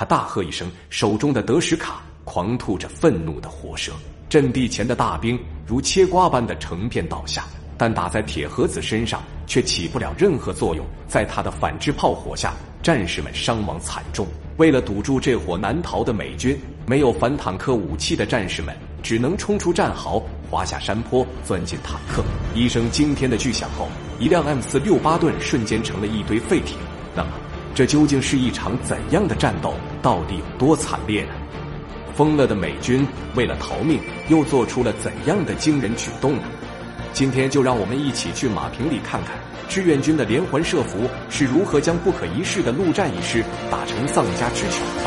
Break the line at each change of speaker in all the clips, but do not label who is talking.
他大喝一声，手中的德什卡狂吐着愤怒的火舌，阵地前的大兵如切瓜般的成片倒下，但打在铁盒子身上却起不了任何作用。在他的反制炮火下，战士们伤亡惨重。为了堵住这伙难逃的美军，没有反坦克武器的战士们只能冲出战壕，滑下山坡，钻进坦克。一声惊天的巨响后，一辆 M4 巴顿瞬间成了一堆废铁。那么这究竟是一场怎样的战斗？到底有多惨烈呢？疯了的美军为了逃命又做出了怎样的惊人举动呢？今天就让我们一起去马坪里看看志愿军的连环设伏是如何将不可一世的陆战一师打成丧家之犬吧。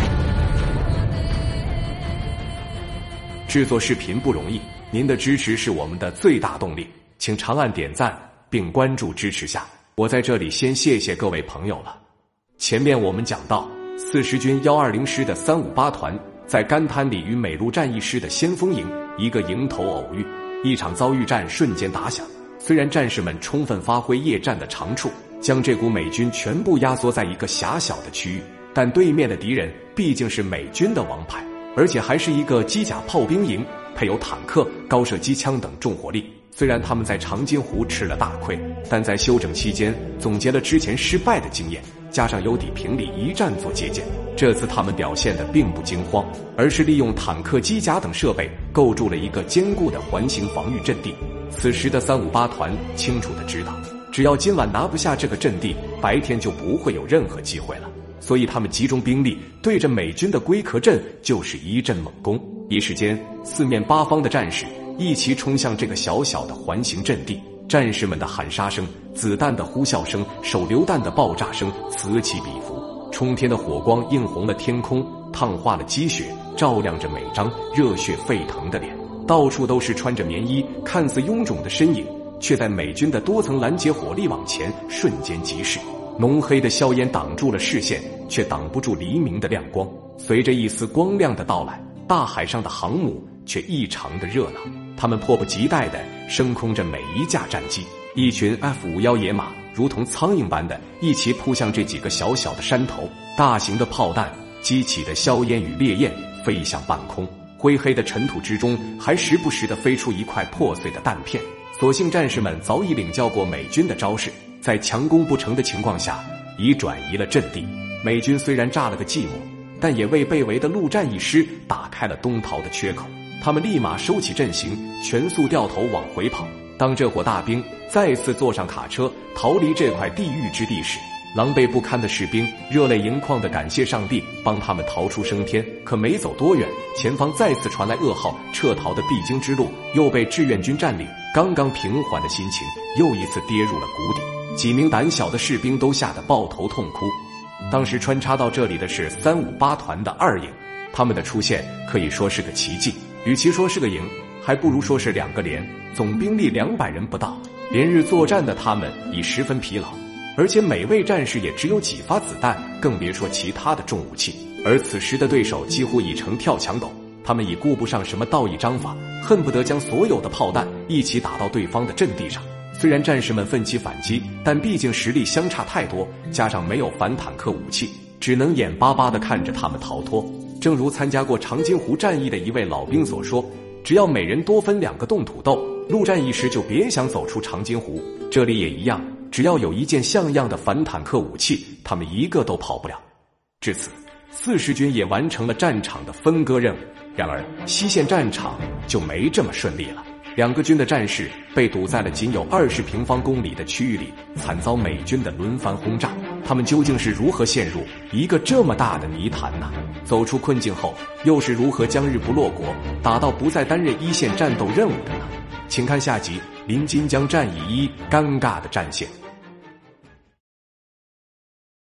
制作视频不容易，您的支持是我们的最大动力，请长按点赞并关注支持下。我在这里先谢谢各位朋友了。前面我们讲到40军120师的358团在干滩里与美陆战役师的先锋营一个营头偶遇，一场遭遇战瞬间打响。虽然战士们充分发挥夜战的长处，将这股美军全部压缩在一个狭小的区域，但对面的敌人毕竟是美军的王牌，而且还是一个机甲炮兵营，配有坦克、高射机枪等重火力。虽然他们在长津湖吃了大亏，但在休整期间总结了之前失败的经验，加上有底坪里一战做借鉴，这次他们表现得并不惊慌，而是利用坦克、机甲等设备构筑了一个坚固的环形防御阵地。此时的358团清楚地知道，只要今晚拿不下这个阵地，白天就不会有任何机会了，所以他们集中兵力对着美军的龟壳阵就是一阵猛攻。一时间，四面八方的战士一齐冲向这个小小的环形阵地，战士们的喊杀声、子弹的呼啸声、手榴弹的爆炸声此起彼伏，冲天的火光映红了天空，烫化了积雪，照亮着每张热血沸腾的脸。到处都是穿着棉衣看似臃肿的身影，却在美军的多层拦截火力往前瞬间疾驶。浓黑的硝烟挡住了视线，却挡不住黎明的亮光。随着一丝光亮的到来，大海上的航母却异常的热闹，他们迫不及待地升空着每一架战机。一群 F51野马如同苍蝇般的一齐扑向这几个小小的山头，大型的炮弹激起的硝烟与烈焰飞向半空，灰黑的尘土之中还时不时地飞出一块破碎的弹片。所幸战士们早已领教过美军的招式，在强攻不成的情况下已转移了阵地。美军虽然炸了个寂寞，但也为被围的陆战一师打开了东逃的缺口。他们立马收起阵型，全速掉头往回跑。当这伙大兵再次坐上卡车逃离这块地狱之地时，狼狈不堪的士兵热泪盈眶地感谢上帝帮他们逃出升天。可没走多远，前方再次传来噩耗，撤逃的必经之路又被志愿军占领，刚刚平缓的心情又一次跌入了谷底。几名胆小的士兵都吓得抱头痛哭。当时穿插到这里的是358团的2营，他们的出现可以说是个奇迹，与其说是个营，还不如说是2个连，总兵力200人不到。连日作战的他们已十分疲劳，而且每位战士也只有几发子弹，更别说其他的重武器。而此时的对手几乎已成跳墙狗，他们已顾不上什么道义章法，恨不得将所有的炮弹一起打到对方的阵地上。虽然战士们奋起反击，但毕竟实力相差太多，加上没有反坦克武器，只能眼巴巴地看着他们逃脱。正如参加过长津湖战役的一位老兵所说，只要每人多分2个冻土豆，陆战一时就别想走出长津湖。这里也一样，只要有一件像样的反坦克武器，他们一个都跑不了。至此，40军也完成了战场的分割任务。然而西线战场就没这么顺利了，2个军的战士被堵在了仅有20平方公里的区域里，惨遭美军的轮番轰炸。他们究竟是如何陷入一个这么大的泥潭呢？走出困境后，又是如何将日不落国，打到不再担任一线战斗任务的呢？请看下集《临津江战役1：尴尬的战线》。